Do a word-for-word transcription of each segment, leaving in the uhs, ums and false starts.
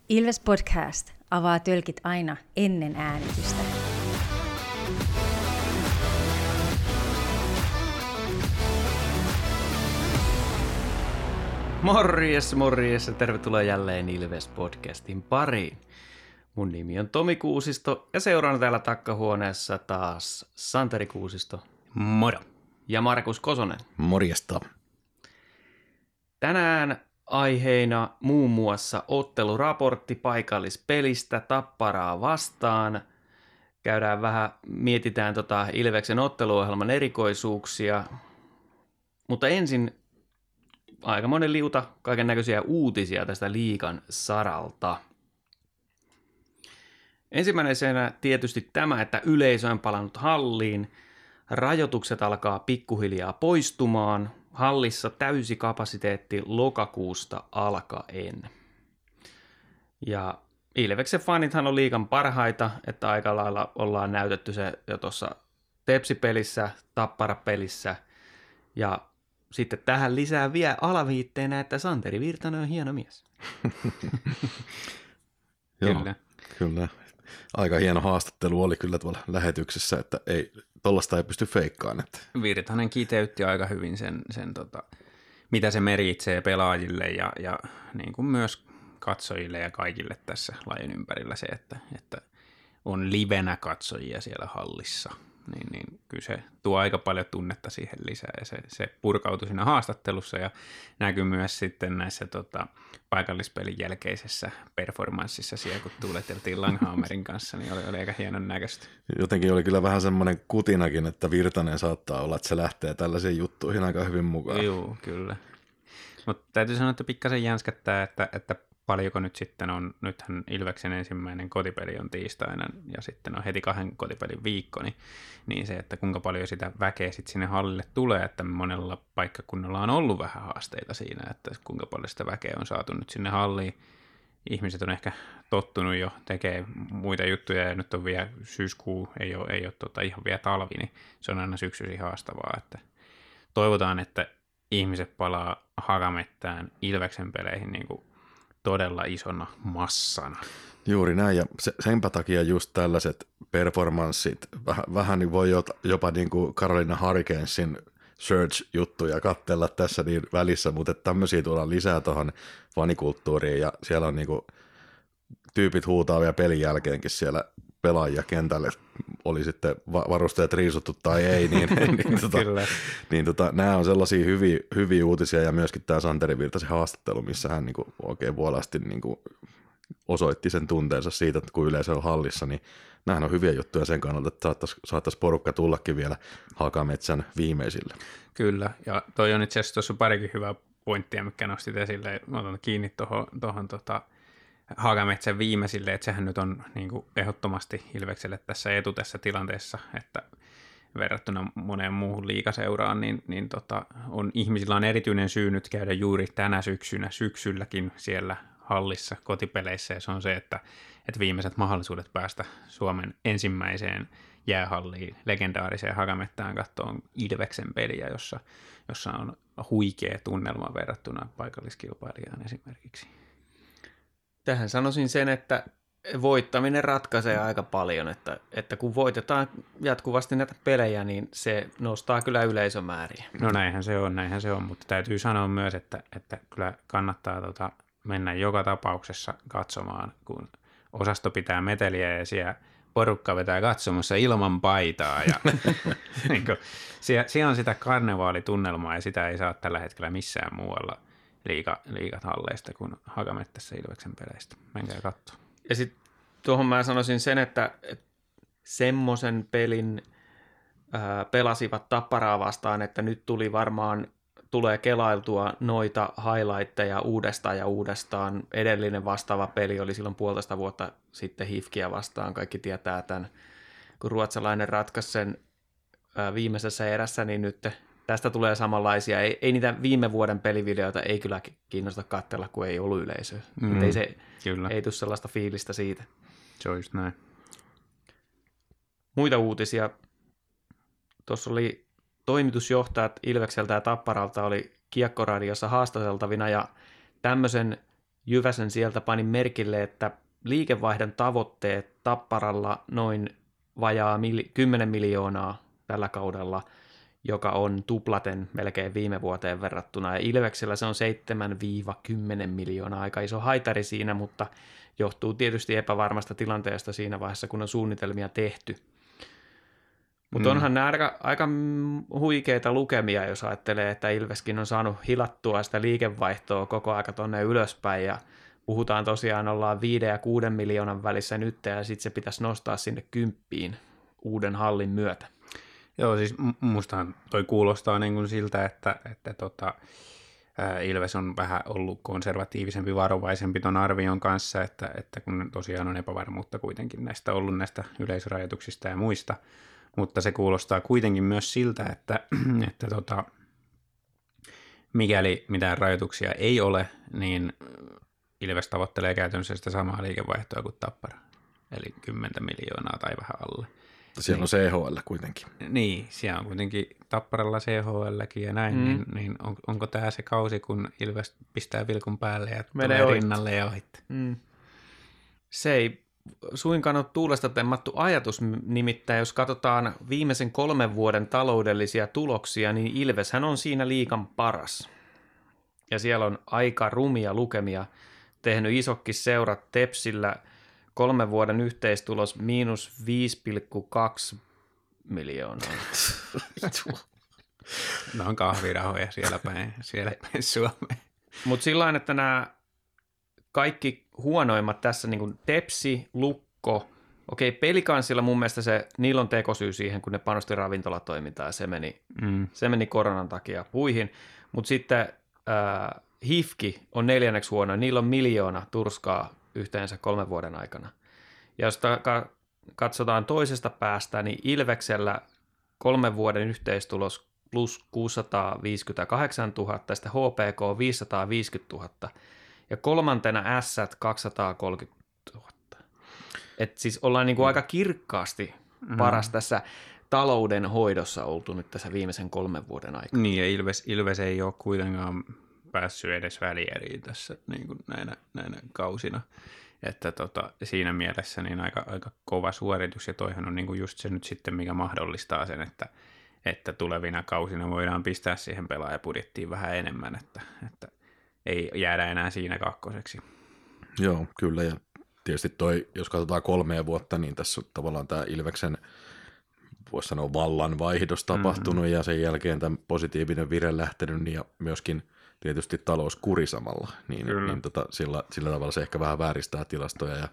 Ilves Podcast avaa tölkit aina ennen äänitystä. Morjes, morjes ja tervetuloa jälleen Ilves Podcastin pariin. Mun nimi on Tomi Kuusisto ja seuraan täällä takkahuoneessa taas Santeri Kuusisto. Moro. Ja Markus Kosonen. Morjesta. Tänään aiheina muun muassa otteluraportti paikallispelistä Tapparaa vastaan. Käydään vähän, mietitään tota Ilveksen otteluohjelman erikoisuuksia, mutta ensin aikamoinen liuta kaiken näköisiä uutisia tästä liigan saralta. Ensimmäisenä tietysti tämä, että yleisö on palannut halliin. Rajoitukset alkaa pikkuhiljaa poistumaan. Hallissa täysi kapasiteetti lokakuusta alkaen. Ja Ilveksen fanithan on liigan parhaita, että aika lailla ollaan näytetty se jo tuossa Tepsi-pelissä, Tappara-pelissä. Ja sitten tähän lisää vielä alaviitteenä, että Santeri Virtanen on hieno mies. Joo, kyllä. kyllä. Aika hieno haastattelu oli kyllä tuolla lähetyksessä, että ei, tollaista ei pysty feikkaamaan. Että. Virtanen kiteytti aika hyvin sen, sen tota, mitä se merkitsee pelaajille ja, ja niin kuin myös katsojille ja kaikille tässä lajin ympärillä se, että, että on livenä katsojia siellä hallissa. Niin, niin kyllä se tuo aika paljon tunnetta siihen lisää ja se, se purkautui siinä haastattelussa ja näkyy myös sitten näissä tota, paikallispelin jälkeisessä performanssissa siellä, kun tuuleteltiin Langhammerin kanssa, niin oli, oli aika hienon näköistä. Jotenkin oli kyllä vähän semmoinen kutinakin, että Virtanen saattaa olla, että se lähtee tällaisiin juttuihin aika hyvin mukaan. Joo, kyllä. Mutta täytyy sanoa, että pikkasen jänskättää, että, että paljonko nyt sitten on, nythän Ilveksen ensimmäinen kotipeli on tiistaina ja sitten on heti kahden kotipelin viikko, niin, niin se, että kuinka paljon sitä väkeä sitten sinne hallille tulee, että monella paikkakunnalla on ollut vähän haasteita siinä, että kuinka paljon sitä väkeä on saatu nyt sinne halliin. Ihmiset on ehkä tottunut jo tekemään muita juttuja ja nyt on vielä syyskuu, ei ole, ei ole tota ihan vielä talvi, niin se on aina syksyisin haastavaa, että toivotaan, että ihmiset palaa Hakamettään Ilveksen peleihin niin kuin todella isona massana. Juuri näin, ja se, senpä takia just tällaiset performanssit, vähän, vähän niin voi jopa niin kuin Carolina Hurricanesin Surge-juttuja katsella tässä niin välissä, mutta tämmöisiä tuodaan lisää tuohon fanikulttuuriin, ja siellä on niin kuin tyypit huutaa vielä pelin jälkeenkin siellä pelaajia kentälle, oli sitten varusteet riisuttu tai ei, niin, niin, tota, niin tota, nämä on sellaisia hyviä, hyviä uutisia ja myöskin tämä Santeri Virtasen haastattelu, missä hän niin kuin oikein vuolasti niin kuin osoitti sen tunteensa siitä, että kun yleisö on hallissa, niin nämähän on hyviä juttuja sen kannalta, että saattaisi, saattaisi porukka tullakin vielä Hakametsän viimeisille. Kyllä, ja toi on itse asiassa tuossa parikin hyvää pointtia, mikä nostit esille, mä otan kiinni tuohon, tuohon tota, Hakametsän viimeisille, että sehän nyt on niin kuin ehdottomasti Ilvekselle tässä etu tässä tilanteessa, että verrattuna moneen muuhun liigaseuraan, niin, niin tota, on, ihmisillä on erityinen syy nyt käydä juuri tänä syksynä, syksylläkin siellä hallissa kotipeleissä, ja se on se, että, että viimeiset mahdollisuudet päästä Suomen ensimmäiseen jäähalliin, legendaariseen Hakamettään kattoon Ilveksen peliä, jossa, jossa on huikea tunnelma verrattuna paikalliskilpailijaan esimerkiksi. Tähän sanoisin sen, että voittaminen ratkaisee aika paljon, että, että kun voitetaan jatkuvasti näitä pelejä, niin se nostaa kyllä yleisömääriä. No näinhän se on, näinhän se on, mutta täytyy sanoa myös, että, että kyllä kannattaa tota mennä joka tapauksessa katsomaan, kun osasto pitää meteliä ja siellä porukka vetää katsomassa ilman paitaa. Ja, niin kuin, siellä, siellä on sitä karnevaalitunnelmaa ja sitä ei saa tällä hetkellä missään muualla liiga, liigat halleista kuin Hakamettässä Ilveksen peleistä. Menkää katsoa. Ja sitten tuohon mä sanoisin sen, että, että semmoisen pelin ää, pelasivat Tapparaa vastaan, että nyt tuli varmaan, tulee kelailtua noita highlightteja uudestaan ja uudestaan. Edellinen vastaava peli oli silloin puolitoista vuotta sitten Hifkiä vastaan. Kaikki tietää tämän, kun ruotsalainen ratkaisi sen ää, viimeisessä erässä, niin nyt tästä tulee samanlaisia. Ei, ei niitä viime vuoden pelivideoita ei kyllä kiinnosta katsella, kun ei ollut yleisöä. Mm, ei se kyllä. Ei tule sellaista fiilistä siitä. Se on just näin. Muita uutisia. Tuossa oli toimitusjohtajat Ilvekseltä ja Tapparalta oli Kiekkoradiossa haastateltavina ja tämmöisen Jyväsen sieltä panin merkille, että liikevaihdon tavoitteet Tapparalla noin vajaa mil- kymmenen miljoonaa tällä kaudella, joka on tuplaten melkein viime vuoteen verrattuna. Ja Ilveksellä se on seitsemän kymmenen miljoonaa, aika iso haitari siinä, mutta johtuu tietysti epävarmasta tilanteesta siinä vaiheessa, kun on suunnitelmia tehty. Mutta onhan mm. nämä aika, aika huikeita lukemia, jos ajattelee, että Ilveskin on saanut hilattua sitä liikevaihtoa koko aika tonne ylöspäin, ja puhutaan tosiaan, ollaan viiden ja kuuden miljoonan välissä nyt, ja sitten se pitäisi nostaa sinne kymppiin uuden hallin myötä. Joo, siis mustahan toi kuulostaa niin kuin siltä, että, että tota, ää, Ilves on vähän ollut konservatiivisempi, varovaisempi ton arvion kanssa, että, että kun tosiaan on epävarmuutta kuitenkin näistä ollut näistä yleisrajoituksista ja muista, mutta se kuulostaa kuitenkin myös siltä, että, että tota, mikäli mitään rajoituksia ei ole, niin Ilves tavoittelee käytännössä sitä samaa liikevaihtoa kuin Tappara, eli kymmentä miljoonaa tai vähän alle. Siellä on C H L kuitenkin. Niin, siellä on kuitenkin Tapparalla C H L:kin ja näin, mm. niin, niin on, onko tämä se kausi, kun Ilves pistää vilkun päälle ja menee tulee rinnalle ja ohitte? Mm. Se ei suinkaan ole tuulesta temmattu ajatus, nimittäin jos katsotaan viimeisen kolmen vuoden taloudellisia tuloksia, niin Ilveshän on siinä liigan paras. Ja siellä on aika rumia lukemia tehnyt isokki seurat. Tepsillä kolmen vuoden yhteistulos miinus viisi pilkku kaksi miljoonaa. Ne on kahvirahoja siellä päin, siellä päin Suomeen. Mutta sillä tavalla, että nämä kaikki huonoimmat tässä, niin kuin Tepsi, Lukko, okei, Pelicansilla mun mielestä se, niillä on tekosyy siihen, kun ne panosti ravintolatoimintaan ja se meni, mm. se meni koronan takia puihin. Mutta sitten äh, H I F K on neljänneksi huono, niillä on miljoona turskaa yhteensä kolmen vuoden aikana. Ja jos ta- katsotaan toisesta päästä, niin Ilveksellä kolmen vuoden yhteistulos plus kuusisataaviisikymmentäkahdeksantuhatta, sitten H P K viisisataaviisikymmentätuhatta ja kolmantena S kaksisataakolmekymmentätuhatta. Et siis ollaan niinku aika kirkkaasti paras mm. tässä talouden hoidossa oltu nyt tässä viimeisen kolmen vuoden aikana. Niin, ja Ilves, Ilves ei ole kuitenkaan päässyt edes välieriin tässä niin kuin näinä, näinä kausina. Että tota, siinä mielessä niin aika, aika kova suoritus, ja toihan on niin kuin just se nyt sitten, mikä mahdollistaa sen, että, että tulevina kausina voidaan pistää siihen pelaajapudjettiin vähän enemmän, että, että ei jäädä enää siinä kakkoseksi. Joo, kyllä, ja tietysti toi, jos katsotaan kolmea vuotta, niin tässä on tavallaan tämä Ilveksen, voisi sanoa, vallanvaihdos tapahtunut, mm-hmm. ja sen jälkeen tämä positiivinen vire lähtenyt, niin ja myöskin tietysti talouskuri samalla, niin, niin tota, sillä, sillä tavalla se ehkä vähän vääristää tilastoja. Ja,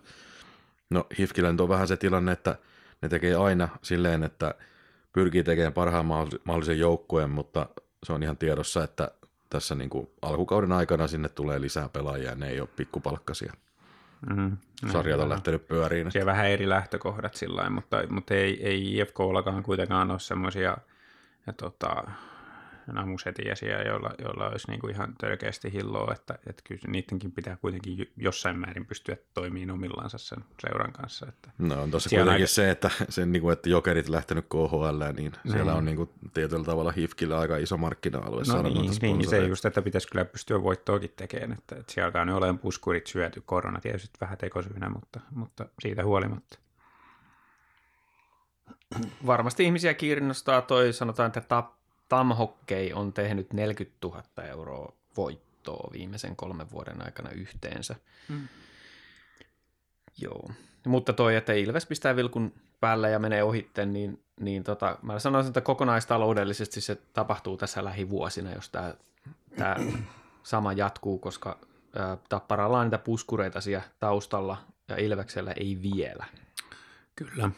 no H I F K:llä on vähän se tilanne, että ne tekee aina silleen, että pyrkii tekemään parhaan mahdollisen joukkueen, mutta se on ihan tiedossa, että tässä niin kuin alkukauden aikana sinne tulee lisää pelaajia, ne ei ole pikkupalkkaisia. Mm-hmm. Sarjat on lähtenyt pyöriin. Siellä vähän eri lähtökohdat sillä lailla, mutta, mutta ei, ei I F K:llakaan kuitenkaan ole semmoisia tota, namusetiäisiä, joilla, joilla olisi niin kuin ihan törkeästi hilloa, että, että kyllä niidenkin pitää kuitenkin jossain määrin pystyä toimimaan omillansa sen seuran kanssa. Että no on tuossa kuitenkin aika se, että, sen, niin kuin, että Jokerit lähtenyt K H L, niin no. siellä on niin kuin, tietyllä tavalla H I F K:llä aika iso markkina-alue. No niin, niin, se just, että pitäisi kyllä pystyä voittoakin tekemään, että, että siellä alkaa nyt olemaan puskurit syöty, korona tietysti vähän tekosyynä, mutta, mutta siitä huolimatta. Varmasti ihmisiä kiinnostaa toi, sanotaan, että tap Tamhokkei on tehnyt neljäkymmentätuhatta euroa voittoa viimeisen kolmen vuoden aikana yhteensä. Mm. Joo. Mutta toi, että Ilves pistää vilkun päälle ja menee ohitte, niin, niin tota, mä sanoisin, että kokonaistaloudellisesti se tapahtuu tässä lähivuosina, jos tämä, tämä sama jatkuu, koska ää, Tapparalla on niitä puskureita siellä taustalla ja Ilveksellä ei vielä. Kyllä.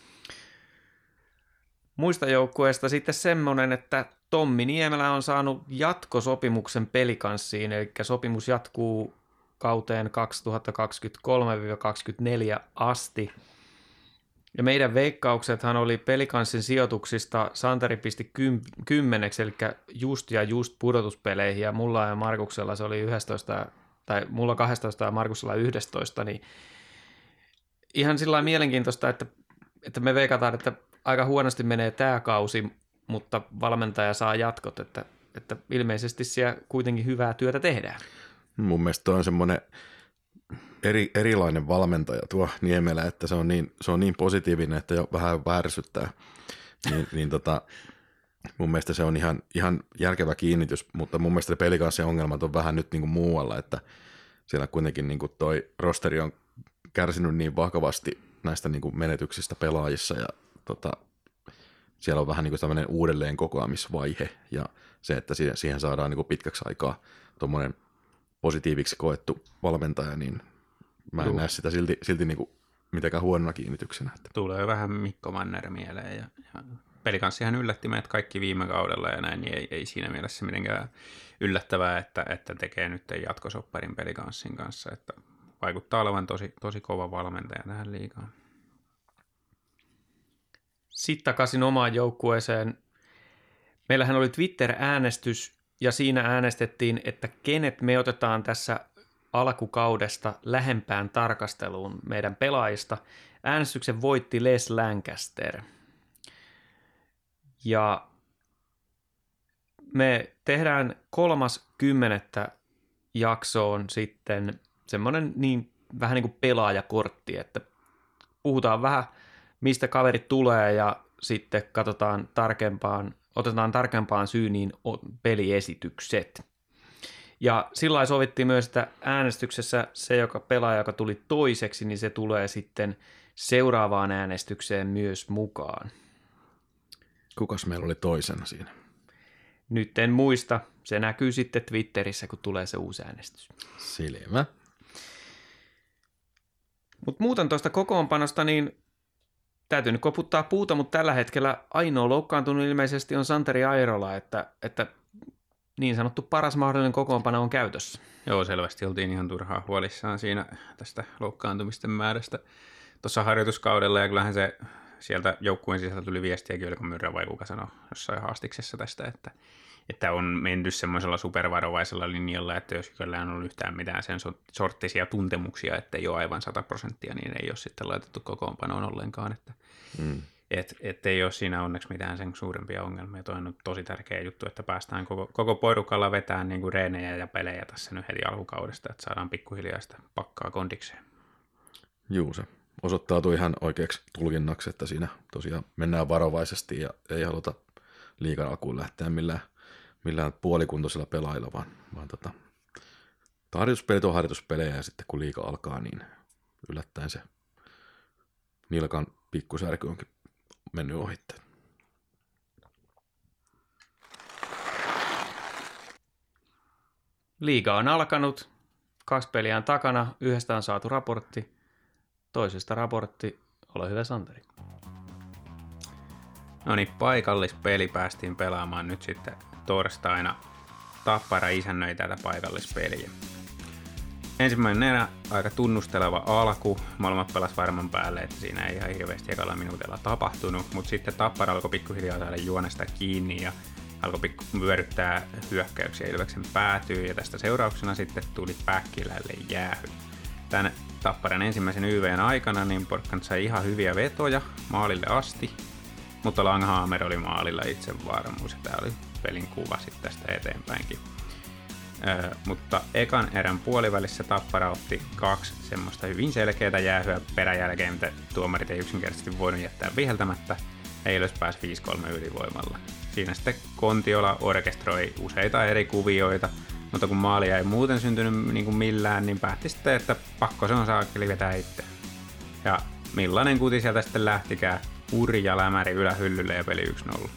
Muista joukkueesta sitten semmoinen, että Tommi Niemelä on saanut jatkosopimuksen Pelicansiin, eli sopimus jatkuu kauteen kaksituhattakaksikymmentäkolme kaksikymmentäneljä asti. Ja meidän veikkauksethan oli Pelicansin sijoituksista, Santeri pisti kym- kymmeneksi, eli just ja just pudotuspeleihin, ja mulla ja Markuksella se oli yksitoista, tai mulla kaksitoista ja Markuksella yksitoista, niin ihan sillä lailla mielenkiintoista, että, että me veikataan, että aika huonosti menee tämä kausi, mutta valmentaja saa jatkot, että, että ilmeisesti siellä kuitenkin hyvää työtä tehdään. Mun mielestä toi on semmoinen eri, erilainen valmentaja tuo Niemelä, että se on niin, se on niin positiivinen, että jo vähän värsyttää. Niin, niin tota, mun mielestä se on ihan, ihan järkevä kiinnitys, mutta mun mielestä Pelicansin ongelmat on vähän nyt niin kuin muualla, että siellä kuitenkin niin kuin toi rosteri on kärsinyt niin vakavasti näistä niin kuin menetyksistä pelaajissa ja tota, siellä on vähän niin kuin tämmöinen uudelleen kokoamisvaihe ja se, että siihen, siihen saadaan niin kuin pitkäksi aikaa tuommoinen positiiviksi koettu valmentaja, niin mä en Juh. näe sitä silti, silti niin kuin mitenkään huonona kiinnityksenä. Tulee vähän Mikko Manner mieleen ja, ja Pelicanssihan yllätti meidät kaikki viime kaudella ja näin, niin ei, ei siinä mielessä mitenkään yllättävää, että, että tekee nyt jatkosopparin Pelicansin kanssa, että vaikuttaa olevan tosi, tosi kova valmentaja tähän liigaan. Sitten takaisin omaan joukkueeseen. Meillähän oli Twitter-äänestys ja siinä äänestettiin, että kenet me otetaan tässä alkukaudesta lähempään tarkasteluun meidän pelaajista. Äänestyksen voitti Les Lancaster. Ja me tehdään kolmas kymmenettä jaksoon sitten semmoinen niin, vähän niin kuin pelaajakortti, että puhutaan vähän mistä kaverit tulee ja sitten katsotaan tarkempaan, otetaan tarkempaan syyniin peliesitykset. Ja sillä lailla sovittiin myös, että äänestyksessä se joka pelaaja, joka tuli toiseksi, niin se tulee sitten seuraavaan äänestykseen myös mukaan. Kukas meillä oli toisena siinä? Nyt en muista. Se näkyy sitten Twitterissä, kun tulee se uusi äänestys. Selvä. Mutta muuten tuosta kokoonpanosta, niin täytyy nyt koputtaa puuta, mutta tällä hetkellä ainoa loukkaantunut ilmeisesti on Santeri Airola, että, että niin sanottu paras mahdollinen kokoonpano on käytössä. Joo, selvästi oltiin ihan turhaa huolissaan siinä tästä loukkaantumisten määrästä tuossa harjoituskaudella, ja kyllähän se sieltä joukkueen sisältä tuli viestiäkin, oliko Myrrä vai kuka sanoi jossain haastiksessa tästä, että, että on menty semmoisella supervarovaisella linjalla, että jos kellään on ollut yhtään mitään sen sorttisia tuntemuksia, että ei ole aivan sata prosenttia, niin ei ole sitten laitettu kokoonpanoon ollenkaan, että mm. et, et ei ole siinä onneksi mitään sen suurempia ongelmia. Toi on tosi tärkeä juttu, että päästään koko, koko porukalla vetämään niin kuin reenejä ja pelejä tässä nyt heti alkukaudesta, että saadaan pikkuhiljaa sitä pakkaa kondikseen. Juu, se osoittautui ihan oikeaksi tulkinnaksi, että siinä tosiaan mennään varovaisesti ja ei haluta liigan alkuun lähteä millään, millään puolikuntoisilla pelailla, vaan, vaan tota, harjoituspelit on harjoituspelejä ja sitten kun liiga alkaa, niin yllättäen se nilkan pikkusärky onkin mennyt ohitteen. Liiga on alkanut, kaksi peliä on takana, yhdestä on saatu raportti, toisesta raportti, ole hyvä Santeri. No niin, paikallispeli päästiin pelaamaan nyt sitten torstaina. Tappara isännöi tätä paikallispeliä. Ensimmäinen erä, aika tunnusteleva alku. Molemmat pelas varman päälle, että siinä ei ihan hirveästi ekalla minuutilla tapahtunut, mutta sitten Tappara alkoi pikkuhiljaa saada juonesta kiinni ja alkoi pikku vyöryttää hyökkäyksiä Ilveksen päätyyn ja tästä seurauksena sitten tuli Päkkilälle jäähy. Tän Tapparan ensimmäisen Y V:n aikana niin Porkkant sai ihan hyviä vetoja maalille asti, mutta Langhammer oli maalilla itsevarmuus ja tämä oli pelin kuva sitten tästä eteenpäinkin. Öö, mutta ekan erän puolivälissä Tappara otti kaksi semmoista hyvin selkeää jäähyä peräjälkeen, mitä tuomarit ei yksinkertaisesti voinut jättää viheltämättä. Eilös pääsi viisi kolme ylivoimalla. Siinä sitten Kontiola orkestroi useita eri kuvioita, mutta kun maalia ei muuten syntynyt niin kuin millään, niin päätti sitten, että pakko se on saakeli vetää itse. Ja millainen kuti sieltä sitten lähtikään, hurja lämäri ylähyllylle ja peli yksi nolla.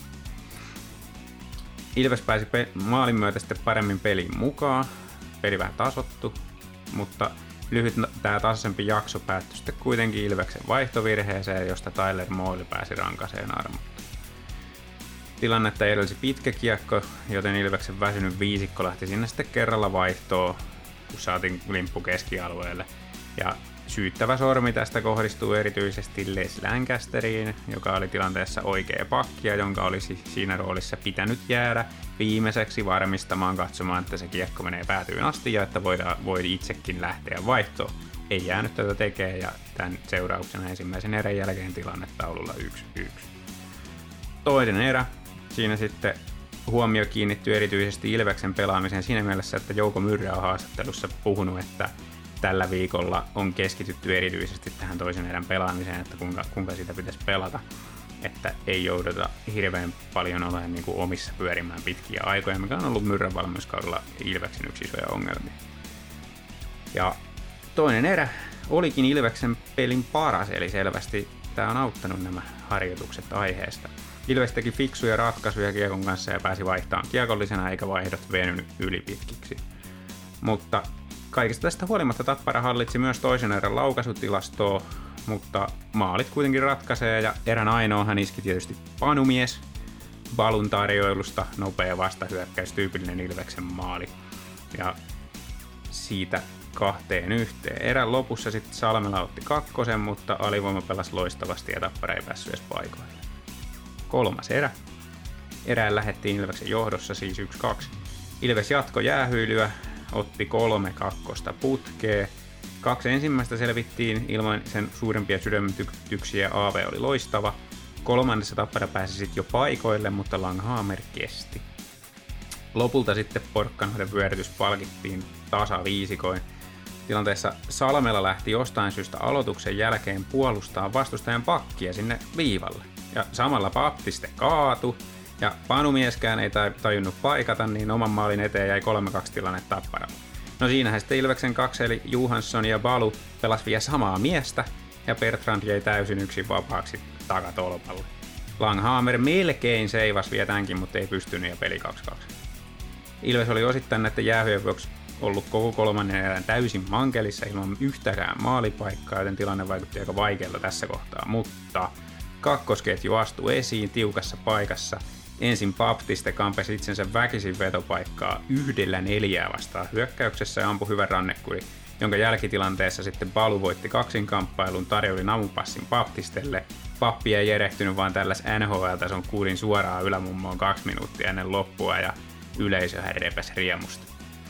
Ilves pääsi pe- maalin myötä sitten paremmin peliin mukaan. Peli vähän tasottu, mutta lyhyt tämä tasaisempi jakso päättyi sitten kuitenkin Ilveksen vaihtovirheeseen, josta Tyler Moyle pääsi rankaseen armotta. Tilannetta edelsi pitkä kiekko, joten Ilveksen väsynyt viisikko lähti sinne sitten kerralla vaihtoon, kun saatiin limppu keskialueelle. Ja syyttävä sormi tästä kohdistuu erityisesti Les Lancasteriin, joka oli tilanteessa oikea pakki ja jonka olisi siinä roolissa pitänyt jäädä viimeiseksi varmistamaan katsomaan, että se kiekko menee päätyyn asti ja että voidaan, voi itsekin lähteä vaihtoon. Ei jäänyt tätä tekemään ja tämän seurauksena ensimmäisen erän jälkeen tilanne taululla yksi yksi. Toinen erä. Siinä sitten huomio kiinnittyy erityisesti Ilveksen pelaamiseen siinä mielessä, että Jouko Myrrä on haastattelussa puhunut, että tällä viikolla on keskitytty erityisesti tähän toisen erän pelaamiseen, että kuinka, kuinka sitä pitäisi pelata, että ei jouduta hirveän paljon olemaan niin kuin omissa pyörimään pitkiä aikoja, mikä on ollut Myrrän valmennuskaudella Ilveksen yksi isoja ongelmia. Ja toinen erä olikin Ilveksen pelin paras, eli selvästi tämä on auttanut nämä harjoitukset aiheesta. Ilves teki fiksuja ratkaisuja kiekon kanssa ja pääsi vaihtamaan kiekollisena, eikä vaihdot venynyt ylipitkiksi. Mutta kaikesta tästä huolimatta Tappara hallitsi myös toisen erän laukaisutilastoa, mutta maalit kuitenkin ratkaisee, ja erän ainoahan iski tietysti Panumies Balun tarjoilusta, nopea vastahyökkäys, tyypillinen Ilveksen maali. Ja siitä kahteen yhteen. Erän lopussa sitten Salmela otti kakkosen, mutta alivoima pelasi loistavasti ja Tappara ei päässyt edes paikoille. Kolmas erä. Erään lähdettiin Ilveksen johdossa, siis yksi kaksi. Ilves jatko jäähyilyä, otti kolme kakkosta putkeen. Kaksi ensimmäistä selvittiin ilman sen suurempia sydämetyksiä, A V oli loistava. Kolmannessa Tappara pääsi sitten jo paikoille, mutta Langhammer kesti. Lopulta sitten Porkkanoiden vyörytys palkittiin tasaviisikoin. Tilanteessa Salmela lähti jostain syystä aloituksen jälkeen puolustaa vastustajan pakkia sinne viivalle. Ja samalla Baptiste kaatu, ja Panumieskään ei tajunnut paikata, niin oman maalin eteen jäi kolme kaksi tilanne Tapparalle. No siinähän sitten Ilveksen kaksi, eli Johansson ja Balu pelas vielä samaa miestä, ja Bertrand jäi täysin yksin vapaaksi takatolpalle. Langhammer melkein seivasi vielä tämänkin, mutta ei pystynyt, ja peli kaksi kaksi. Ilves oli osittain näiden jäähyjen vuoksi ollut koko kolmannen erän täysin mankelissa ilman yhtäkään maalipaikkaa, joten tilanne vaikutti aika vaikealta tässä kohtaa, mutta kakkosketju astui esiin tiukassa paikassa. Ensin Baptiste kampesi itsensä väkisin vetopaikkaa yhdellä neljää vastaan hyökkäyksessä ja ampui hyvän rannekuri, jonka jälkitilanteessa sitten Balu voitti kaksinkamppailun, tarjoili namupassin Baptistelle. Pappi ei erehtynyt vaan tälläs N H L-tason kuulin suoraan ylämummoon kaksi minuuttia ennen loppua ja yleisöhän repäsi riemusta.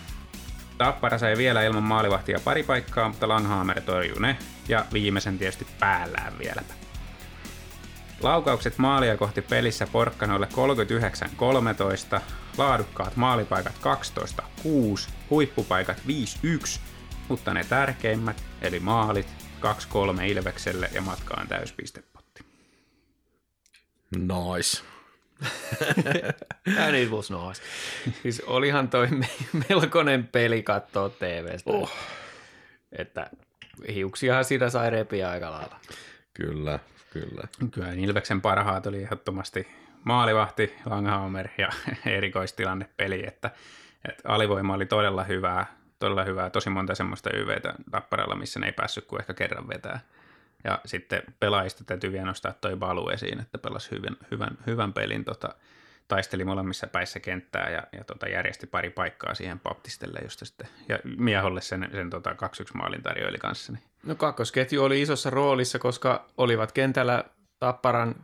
Tappara sai vielä ilman maalivahtia pari paikkaa, mutta Langhammer torjui ne ja viimeisen tietysti päällään vieläpä. Laukaukset maalia kohti pelissä Porkkanoille kolmekymmentäyhdeksän kolmetoista, laadukkaat maalipaikat kaksitoista kuusi, huippupaikat viisi yksi, mutta ne tärkeimmät eli maalit kaksi kolme Ilvekselle ja matkaan täyspistepotti. Nice. And it was nice. Siis olihan toi melkoinen peli katsoa T V:stä. Oh. Että hiuksiahan siinä sai repiä aika lailla. Kyllä, kyllä. Kyllä Ilveksen parhaat oli ehdottomasti maalivahti, Langhammer ja erikoistilanne peli, että, että alivoima oli todella hyvää, todella hyvää, tosi monta semmoista Y V:tä Tapparalla, missä ne ei päässyt kuin ehkä kerran vetää. Ja sitten pelaajista täytyy vielä nostaa toi Balu esiin, että pelasi hyvän, hyvän, hyvän pelin, tota, taisteli molemmissa päissä kenttää ja, ja tota, järjesti pari paikkaa siihen Baptistelle, josta sitten, ja Mieholle sen, sen tota, kaksi yksi maalin tarjoili kanssa. Niin. No kakkosketju oli isossa roolissa, koska olivat kentällä Tapparan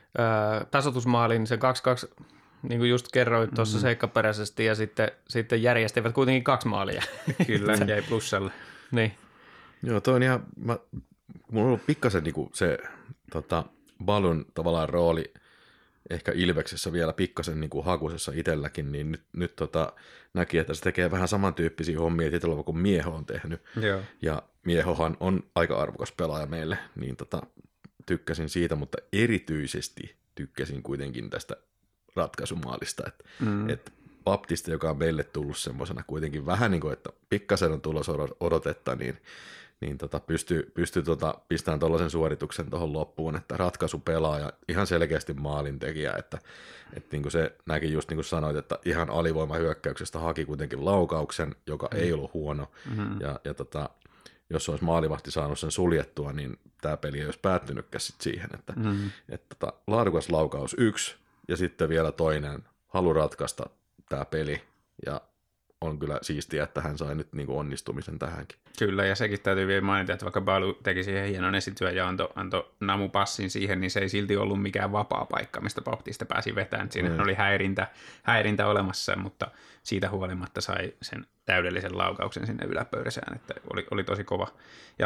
ää, tasoitusmaalin sen kaksi kaksi, niin kuin just kerroit tuossa mm-hmm. seikkaperäisesti, ja sitten, sitten järjestivät kuitenkin kaksi maalia. Kyllä, jäi plussalle. Niin. Joo, toi on ihan, mä, mulla on ollut pikkasen niinku se tota, Balun tavallaan rooli ehkä Ilveksessä vielä pikkasen niinku hakusessa itselläkin, niin nyt, nyt tota, näki, että se tekee vähän samantyyppisiä hommia itsellä kuin Mieho on tehnyt. Joo. Ja Miehohan on aika arvokas pelaaja meille, niin tota, tykkäsin siitä, mutta erityisesti tykkäsin kuitenkin tästä ratkaisumaalista, että mm. et Baptiste, joka on meille tullut semmoisena kuitenkin vähän niin kuin, että pikkasen on tulos odotetta, niin niin tota, pystyy, pystyy tota, pistämään tuollaisen suorituksen tuohon loppuun, että ratkaisu pelaa ja ihan selkeästi maalintekijä, että, että niin kuin se näki just niin kuin sanoit, että ihan alivoimahyökkäyksestä haki kuitenkin laukauksen, joka mm. ei ollut huono, mm-hmm. ja, ja tota, jos olisi maalivahti saanut sen suljettua, niin tämä peli ei olisi päättynytkään sit siihen, että mm-hmm. et, tota, laadukas laukaus yksi, ja sitten vielä toinen, halu ratkaista tämä peli, ja on kyllä siistiä, että hän sai nyt niinku onnistumisen tähänkin. Kyllä, ja sekin täytyy vielä mainita, että vaikka Balu teki siihen hienon esityön ja antoi anto namupassin siihen, niin se ei silti ollut mikään vapaa paikka, mistä Baptiste pääsi vetämään. Siinä mm. oli häirintä, häirintä olemassa, mutta siitä huolimatta sai sen täydellisen laukauksen sinne yläpöydäsään, että oli, oli tosi kova. Ja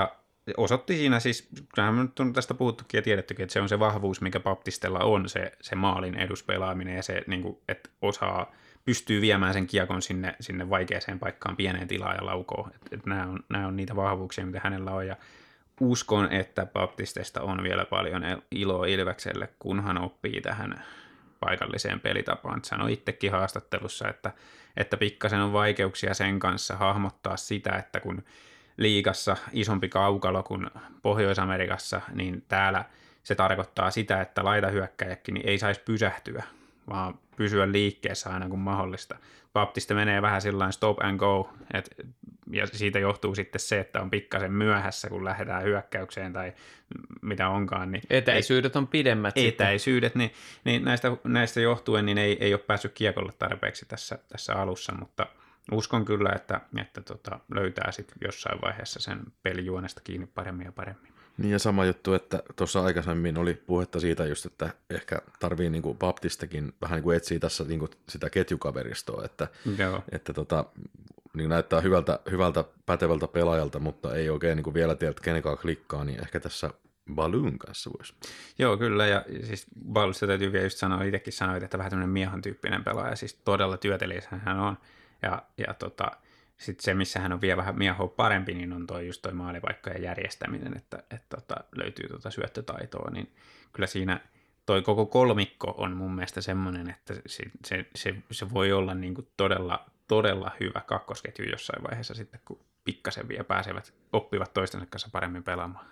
osoitti siinä siis, kyllähän me nyt on tästä puhuttukin ja tiedettykin, että se on se vahvuus, mikä Baptistella on, se, se maalin eduspelaaminen ja se, niin kuin, että osaa, pystyy viemään sen kiekon sinne, sinne vaikeaseen paikkaan pieneen tilaan ja laukoon. Että, että nämä, on, nämä on niitä vahvuuksia, mitä hänellä on ja uskon, että Baptistesta on vielä paljon iloa Ilvekselle, kunhan oppii tähän paikalliseen pelitapaan. Sanoi itsekin haastattelussa, että, että pikkasen on vaikeuksia sen kanssa hahmottaa sitä, että kun liigassa isompi kaukalo kuin Pohjois-Amerikassa, niin täällä se tarkoittaa sitä, että laitahyökkäjäkin niin ei saisi pysähtyä, vaan pysyä liikkeessä aina kun mahdollista. Baptiste menee vähän sillain stop and go, et, ja siitä johtuu sitten se, että on pikkasen myöhässä, kun lähdetään hyökkäykseen tai mitä onkaan. Niin etäisyydet on pidemmät. Etäisyydet, niin, niin näistä, näistä johtuen niin ei, ei ole päässyt kiekolle tarpeeksi tässä, tässä alussa, mutta uskon kyllä, että, että tota, löytää sitten jossain vaiheessa sen pelijuonesta kiinni paremmin ja paremmin. Niin ja sama juttu, että tuossa aikaisemmin oli puhetta siitä just, että ehkä tarvii niin kuin Baptistekin vähän niin kuin etsiä tässä niin kuin sitä ketjukaveristoa, että, että tota, niin näyttää hyvältä, hyvältä pätevältä pelaajalta, mutta ei oikein niin kuin vielä tiedä, että kenenkaan klikkaa, niin ehkä tässä Balloon kanssa voisi. Joo, kyllä, ja siis Balloonista täytyy vielä just sanoa, itsekin sanoit, että vähän tämmöinen miehon tyyppinen pelaaja, siis todella työtelijäs hän on, ja, ja tota, sitten se, missä hän on vielä vähän miehoa parempi, niin on toi just toi maalipaikkojen järjestäminen, että, että tota, löytyy tuota syöttötaitoa, niin kyllä siinä toi koko kolmikko on mun mielestä semmoinen, että se, se, se, se voi olla niin kuin todella, todella hyvä kakkosketju jossain vaiheessa sitten, kun pikkasen vielä pääsevät, oppivat toistensa kanssa paremmin pelaamaan.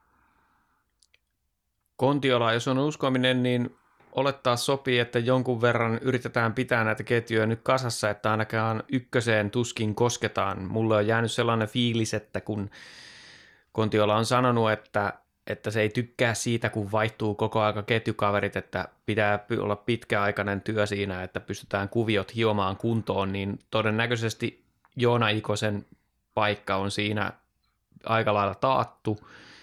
Kontiola, jos on uskominen, niin olettaa sopii, että jonkun verran yritetään pitää näitä ketjuja nyt kasassa, että ainakaan ykköseen tuskin kosketaan. Mulle on jäänyt sellainen fiilis, että kun Kontiola on sanonut, että, että se ei tykkää siitä, kun vaihtuu koko aika ketjukaverit, että pitää olla pitkäaikainen työ siinä, että pystytään kuviot hiomaan kuntoon, niin todennäköisesti Joona Ikosen paikka on siinä aika lailla taattu.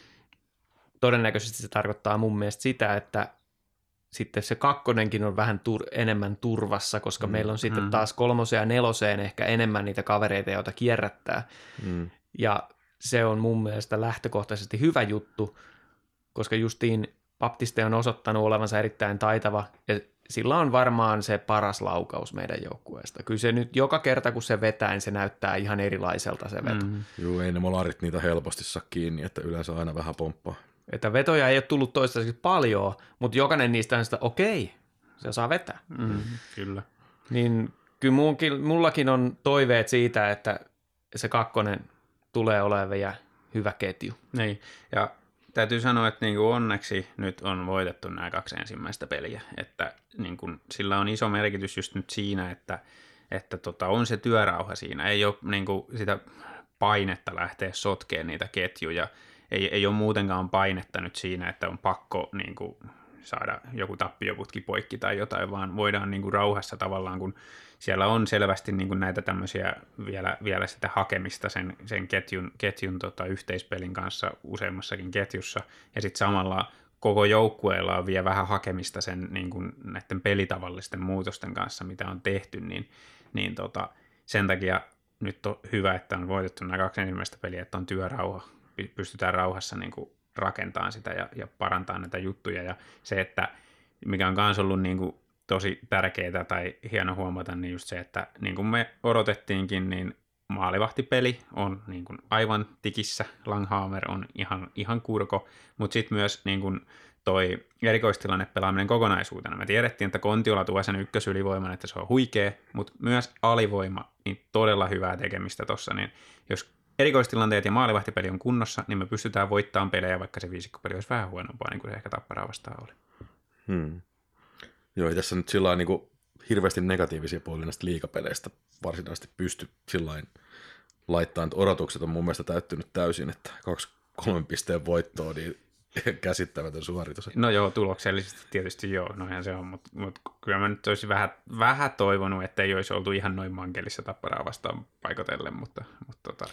Todennäköisesti se tarkoittaa mun mielestä sitä, että sitten se kakkonenkin on vähän tur- enemmän turvassa, koska mm, meillä on sitten mm. taas kolmoseen ja neloseen ehkä enemmän niitä kavereita, joita kierrättää. Mm. Ja se on mun mielestä lähtökohtaisesti hyvä juttu, koska justiin Baptiste on osoittanut olevansa erittäin taitava, ja sillä on varmaan se paras laukaus meidän joukkueesta. Kyllä se nyt joka kerta, kun se vetää, niin se näyttää ihan erilaiselta se veto. Mm. Joo, ei ne molarit niitä helposti saa kiinni, että yleensä aina vähän pomppaa. Että vetoja ei ole tullut toistaiseksi paljon, mutta jokainen niistä on sitä, okei, se saa vetää. Mm, kyllä. Niin kyllä munkin, mullakin on toiveet siitä, että se kakkonen tulee olemaan vielä hyvä ketju. Niin, ja täytyy sanoa, että niin kuin onneksi nyt on voitettu nämä kaksi ensimmäistä peliä, että niin kuin sillä on iso merkitys just nyt siinä, että, että tota, on se työrauha siinä, ei ole niin kuin sitä painetta lähteä sotkeen niitä ketjuja, Ei, ei ole muutenkaan painetta nyt siinä, että on pakko niin kuin, saada joku tappioputki poikki tai jotain, vaan voidaan niin kuin, rauhassa tavallaan, kun siellä on selvästi niin kuin, näitä tämmöisiä vielä, vielä sitä hakemista sen, sen ketjun, ketjun tota, yhteispelin kanssa useammassakin ketjussa, ja sitten samalla koko joukkueella on vielä vähän hakemista sen niin kuin, näiden pelitavallisten muutosten kanssa, mitä on tehty, niin, niin tota, sen takia nyt on hyvä, että on voitettu nämä kaksi ensimmäistä peliä, että on työrauha, pystytään rauhassa niin kuin rakentamaan sitä ja, ja parantamaan näitä juttuja. Ja se, että mikä on myös ollut niin kuin tosi tärkeää tai hieno huomata, niin just se, että niin kuin me odotettiinkin, niin maalivahtipeli on niin kuin aivan tikissä, Langhammer on ihan, ihan kurko, mutta sitten myös niin kuin toi erikoistilanne pelaaminen kokonaisuutena. Me tiedettiin, että Kontiola tuo sen ykkösylivoiman, että se on huikea, mutta myös alivoima, niin todella hyvää tekemistä tuossa, niin jos erikoistilanteet ja maalivahtipeli on kunnossa, niin me pystytään voittamaan pelejä, vaikka se viisikkopeli olisi vähän huonompaa, niin kuin se ehkä Tapparaa vastaan oli. Hmm. Joo, tässä nyt sillä niin kuin hirveästi negatiivisia puolia näistä liigapeleistä varsinaisesti pysty sillä laittamaan, että odotukset on mun mielestä täyttynyt täysin, että kaksi kolmen pisteen voittoa, niin käsittämätön suoritus. No joo, tuloksellisesti tietysti joo, noihän se on, mutta, mutta kyllä mä nyt olisin vähän, vähän toivonut, että ei olisi oltu ihan noin mankelissa Tapparaa vastaan paikotellen, mutta, mutta tota...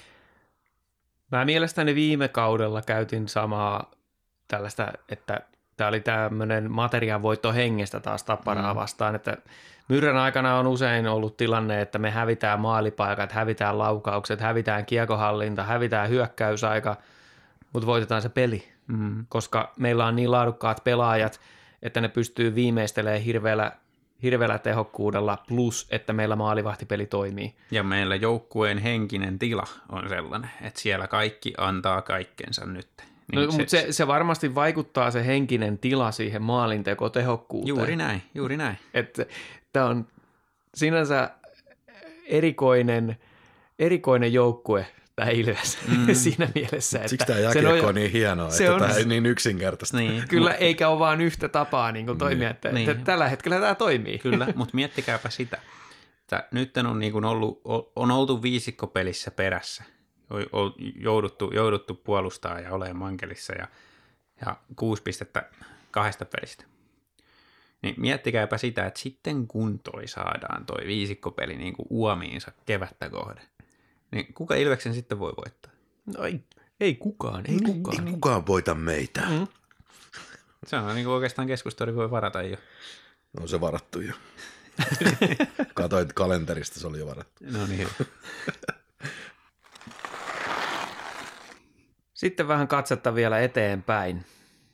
Mä mielestäni viime kaudella käytin samaa tällaista, että tämä oli tämmöinen materiaan voitto hengestä taas Tapparaa vastaan, että Myrrän aikana on usein ollut tilanne, että me hävitään maalipaikat, hävitään laukaukset, hävitään kiekohallinta, hävitään hyökkäysaika, mutta voitetaan se peli, Mm. koska meillä on niin laadukkaat pelaajat, että ne pystyy viimeistelemään hirveällä, hirveällä tehokkuudella, plus että meillä maalivahtipeli toimii. Ja meillä joukkueen henkinen tila on sellainen, että siellä kaikki antaa kaikkensa nyt. Niin No, se, mutta se, se varmasti vaikuttaa se henkinen tila siihen maalintekotehokkuuteen. Juuri näin, juuri näin. Tämä on sinänsä erikoinen, erikoinen joukkue, tämä Ilves, mm. siinä mielessä. Että siksi tämä jääkiekko on niin hienoa, se että on, tämä ei niin yksinkertaista. Niin. Kyllä, eikä ole vaan yhtä tapaa niin kuin toimia, että, niin. että tällä hetkellä tämä toimii. Kyllä, mutta miettikääpä sitä. Että nyt on, niin kuin ollut, on oltu viisikkopelissä perässä, jouduttu, jouduttu puolustaa ja olemaan mankelissa ja, ja kuusi pistettä kahdesta pelistä. Niin miettikääpä sitä, että sitten kun toi saadaan toi viisikkopeli niin kuin uomiinsa kevättä kohden, niin kuka Ilveksen sitten voi voittaa? No ei, ei kukaan, ei kukaan. Ei kukaan voita meitä. Mm. Se on niin kuin oikeastaan keskustelu voi varata jo. On se varattu jo. Katoit kalenterista, se oli jo varattu. No niin. Sitten vähän katsetta vielä eteenpäin.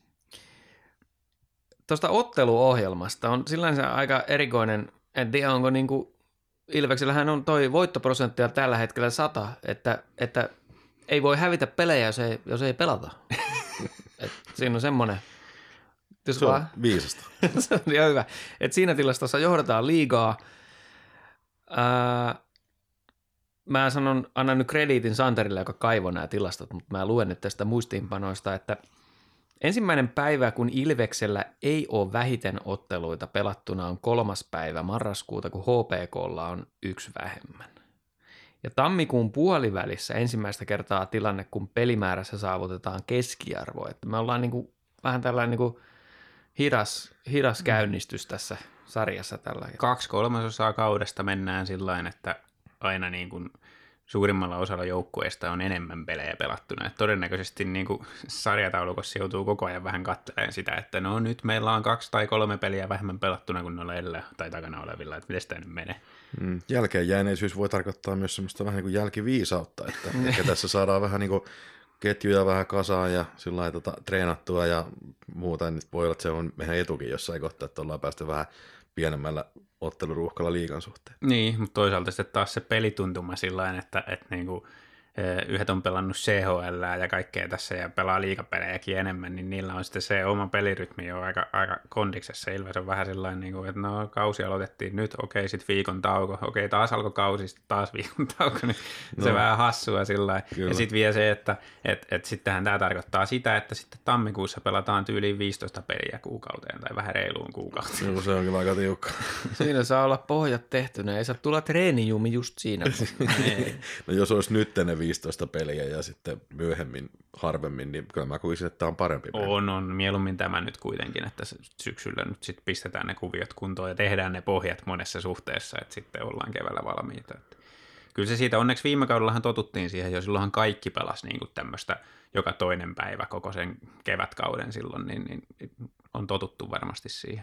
Tuosta otteluohjelmasta on sillänsä aika erikoinen, en tiedä onko niin kuin Ilveksellähän on toi voittoprosentti tällä hetkellä sata, että, että ei voi hävitä pelejä, jos ei, jos ei pelata. Et siinä on semmoinen. Se on viisasta. Se on ihan hyvä. Et siinä tilastossa johdetaan liigaa. Ää, mä sanon, annan nyt krediitin Santerille, joka kaivoi nämä tilastot, mutta mä luen nyt tästä muistiinpanoista, että ensimmäinen päivä, kun Ilveksellä ei ole vähiten otteluita pelattuna, on kolmas päivä marraskuuta, kun H P K:lla on yksi vähemmän. Ja tammikuun puolivälissä ensimmäistä kertaa tilanne, kun pelimäärässä saavutetaan keskiarvo. Että me ollaan niin kuin, vähän tällainen niin kuin hidas, hidas käynnistys tässä sarjassa tällä hetkellä. Kaksi kolmasosaa kaudesta mennään sillain, että aina niin kuin suurimmalla osalla joukkueista on enemmän pelejä pelattuna. Et todennäköisesti niin kuin sarjataulukossa joutuu koko ajan vähän katselemaan sitä, että no nyt meillä on kaksi tai kolme peliä vähemmän pelattuna kuin noilla edellä tai takana olevilla, että miten tämä nyt menee. Mm. Jälkeenjääneisyys voi tarkoittaa myös semmoista vähän niin kuin jälkiviisautta, että ehkä tässä saadaan vähän niin kuin ketjuja vähän kasaan ja sillä lailla tota, treenattua ja muuta, niin voi olla, että se on meidän etukin jossain kohtaa, että ollaan päästy vähän pienemmällä otteluruuhkalla liigan suhteen. Niin, mutta toisaalta sitten taas se pelituntuma sillain, että, että niinku, yhdet on pelannut C H L ja kaikkea tässä ja pelaa liigapelejäkin enemmän, niin niillä on sitten se oma pelirytmi jo aika, aika kondiksessa. Ilves on vähän sellainen, niin kuin, että no kausi aloitettiin nyt, okei, sitten viikon tauko, okei, taas alkoi kausi, sitten taas viikon tauko, niin no, se vähän hassua sillä ja sitten vielä se, että et, et sittenhän tämä tarkoittaa sitä, että sitten tammikuussa pelataan tyyliin viisitoista peliä kuukauteen tai vähän reiluun kuukauteen. No, se on kyllä aika tiukka. Siinä saa olla pohjat tehtynä, ei saa tulla treenijumi just siinä. No jos olisi nyt ne viisitoista peliä ja sitten myöhemmin harvemmin, niin kyllä mä kuvisin, että tämä on parempi. On, on. Mieluummin tämä nyt kuitenkin, että syksyllä nyt sitten pistetään ne kuviot kuntoon ja tehdään ne pohjat monessa suhteessa, että sitten ollaan keväällä valmiita. Että kyllä se siitä, onneksi viime kaudellahan totuttiin siihen jo, silloinhan kaikki pelasi niin kuin tämmöistä joka toinen päivä koko sen kevätkauden silloin, niin, niin on totuttu varmasti siihen.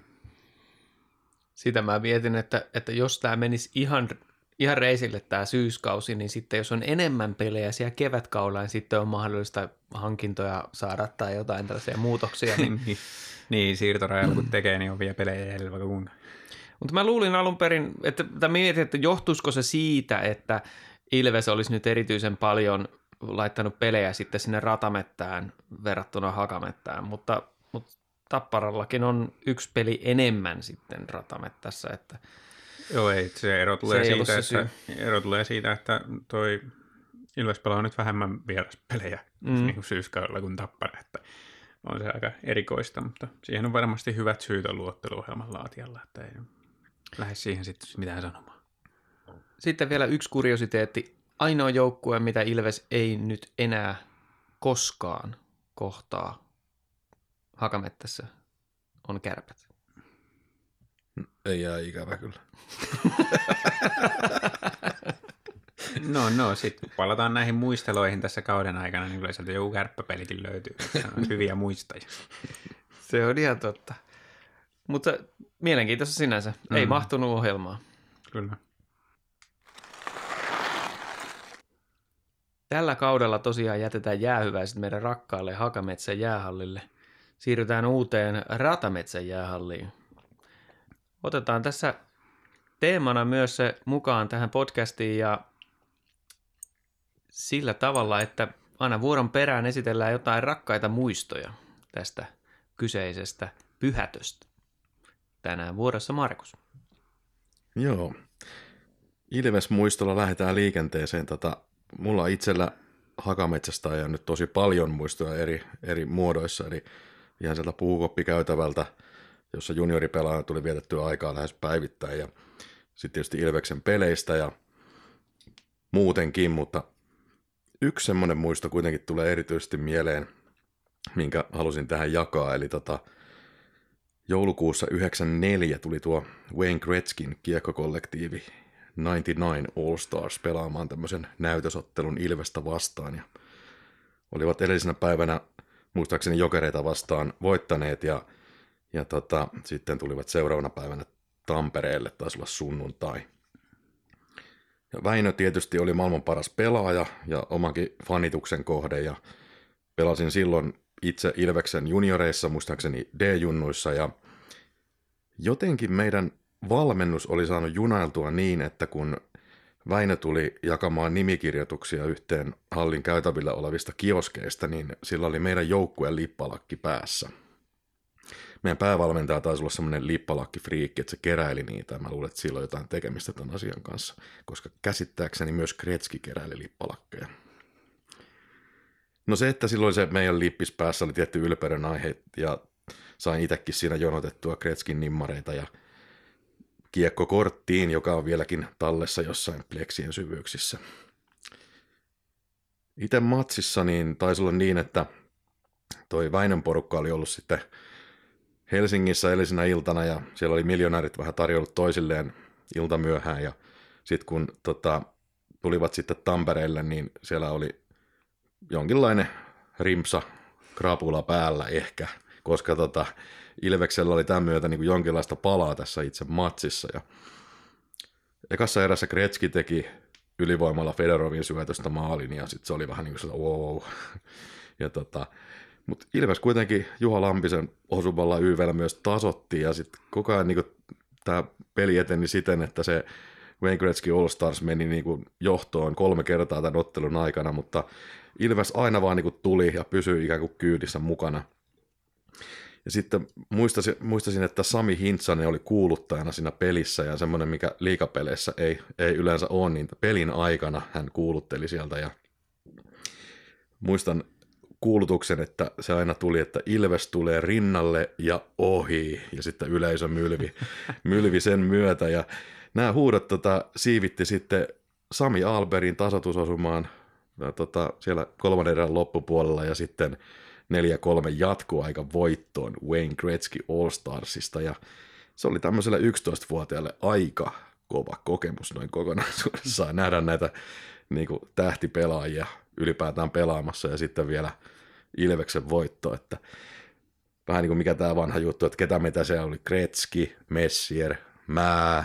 Sitä mä mietin, että, että jos tämä menisi ihan ihan reisille tämä syyskausi, niin sitten jos on enemmän pelejä siellä kevätkaudella, niin sitten on mahdollista hankintoja saada tai jotain tällaisia muutoksia. Niin, niin, niin siirtorajalla kun tekee, niin on vielä pelejä jäljellä vaikka kuinka. Mutta mä luulin alun perin, että, että mietin, että johtuisiko se siitä, että Ilves olisi nyt erityisen paljon laittanut pelejä sitten sinne ratamettään verrattuna hakamettään, mutta, mutta Tapparallakin on yksi peli enemmän sitten ratamettässä, että joo, ei, se ero tulee, se siitä, se että, ero tulee siitä, että toi Ilves pelaa nyt vähemmän vieraspelejä mm. niin kuin syyskaudella kuin Tappara, että on se aika erikoista, mutta siihen on varmasti hyvät syyt ollut otteluohjelman laatijalla, että ei lähde siihen sitten mitään sanomaan. Sitten vielä yksi kuriositeetti. Ainoa joukkue, mitä Ilves ei nyt enää koskaan kohtaa Hakamettässä, on Kärpät. Ei jää ikävä kyllä. No, no, sitten kun palataan näihin muisteloihin tässä kauden aikana, niin kyllä sieltä joku kärppäpelikin löytyy. Se on hyviä muistajia. Se on ihan totta. Mutta mielenkiintoista sinänsä. Mm. Ei mahtunut ohjelmaa. Kyllä. Tällä kaudella tosiaan jätetään jäähyväiset meidän rakkaalle Hakametsän jäähallille. Siirrytään uuteen Ratametsän jäähalliin. Otetaan tässä teemana myös se mukaan tähän podcastiin ja sillä tavalla, että aina vuoron perään esitellään jotain rakkaita muistoja tästä kyseisestä pyhätöstä. Tänään vuorossa Markus. Joo. Ilves-muistolla lähdetään liikenteeseen. Tota, mulla itsellä Hakametsästä on nyt tosi paljon muistoja eri, eri muodoissa. Eli ihan sieltä puukoppikäytävältä, jossa junioripelaajana tuli vietettyä aikaa lähes päivittäin. Ja sitten tietysti Ilveksen peleistä ja muutenkin, mutta yksi semmoinen muisto kuitenkin tulee erityisesti mieleen, minkä halusin tähän jakaa. Eli tota, joulukuussa yhdeksänkymmentäneljä tuli tuo Wayne Gretzkyn kiekkokollektiivi yhdeksänkymmentäyhdeksän All Stars pelaamaan tämmöisen näytösottelun Ilvestä vastaan. Ja olivat edellisenä päivänä muistaakseni Jokereita vastaan voittaneet ja, ja tota, sitten tulivat seuraavana päivänä Tampereelle, taisi olla sunnuntai. Ja Väinö tietysti oli maailman paras pelaaja ja omankin fanituksen kohde ja pelasin silloin itse Ilveksen junioreissa, muistaakseni D-junnuissa ja jotenkin meidän valmennus oli saanut junailtua niin, että kun Väinö tuli jakamaan nimikirjoituksia yhteen hallin käytävillä olevista kioskeista, niin sillä oli meidän joukkueen lippalakki päässä. Meidän päävalmentaja taisi olla semmoinen lippalakki-friikki, että se keräili niitä ja mä luulen, että sillä on jotain tekemistä tämän asian kanssa, koska käsittääkseni myös Gretzky keräili lippalakkeja. No se, että silloin se meidän lippis päässä oli tietty ylpeyden aihe ja sain itsekin siinä jonotettua Gretzkyn nimmareita ja kiekkokorttiin, joka on vieläkin tallessa jossain pleksien syvyyksissä. Itse matsissa niin taisi olla niin, että toi Väinön porukka oli ollut sitten Helsingissä edellisenä iltana ja siellä oli miljonäärit vähän tarjollut toisilleen iltamyöhään ja sitten kun tota, tulivat sitten Tampereelle, niin siellä oli jonkinlainen rimpsa krapula päällä ehkä, koska tota, Ilveksellä oli tämän myötä niin kuin jonkinlaista palaa tässä itse matsissa. Ja ekassa erässä Gretzky teki ylivoimalla Fedorovin syötöstä maalin ja sitten se oli vähän niin kuin sellainen wow. Ja tota, mutta Ilves kuitenkin Juha Lampisen osuvalla YVllä myös tasotti ja sitten koko ajan niin tämä peli eteni siten, että se Wayne Gretzky All Stars meni niin kuin johtoon kolme kertaa tämän ottelun aikana, mutta Ilves aina vaan niin kuin tuli ja pysyi ikään kuin kyydissä mukana. Ja sitten muistasin, muistasin, että Sami Hintsanen oli kuuluttajana siinä pelissä ja semmoinen, mikä liigapeleissä ei, ei yleensä ole, niin pelin aikana hän kuulutteli sieltä ja muistan kuulutuksen, että se aina tuli, että Ilves tulee rinnalle ja ohi ja sitten yleisö mylvi, mylvi sen myötä ja nämä huudot tota, siivitti sitten Sami Alberin tasoitusosumaan tota, siellä kolmannen erän loppupuolella ja sitten neljä kolme jatkoaika voittoon Wayne Gretzky All Starsista ja se oli tämmöiselle yksitoistavuotiaalle aika kova kokemus noin kokonaisuudessaan nähdä näitä niin kuin tähtipelaajia ylipäätään pelaamassa ja sitten vielä Ilveksen voitto, että vähän niin kuin mikä tämä vanha juttu, että ketä meitä siellä oli, Gretzky, Messier, Mää,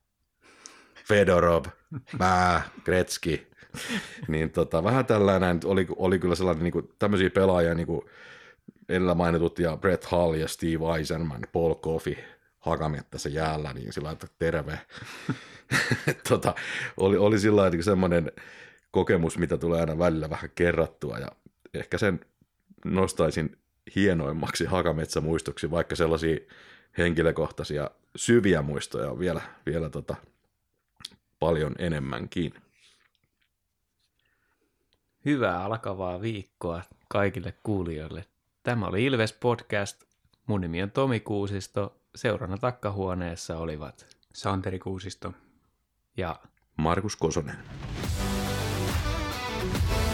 Fedorov, Mää, Gretzky, niin tota, vähän tällainen oli, oli kyllä sellainen niin kuin, tämmöisiä pelaajia niin kuin edellä mainitut ja Brett Hull ja Steve Eisenman, Paul Coffey, Hakamettässä jäällä, niin sillä että terve. tota, oli, oli sillä niin semmoinen kokemus, mitä tulee aina välillä vähän kerrattua ja ehkä sen nostaisin hienoimmaksi Hakametsä-muistoksi, vaikka sellaisia henkilökohtaisia syviä muistoja on vielä, vielä tota, paljon enemmänkin. Hyvää alkavaa viikkoa kaikille kuulijoille. Tämä oli Ilves Podcast. Mun nimi on Tomi Kuusisto. Seurana takkahuoneessa olivat Santeri Kuusisto ja Markus Kosonen.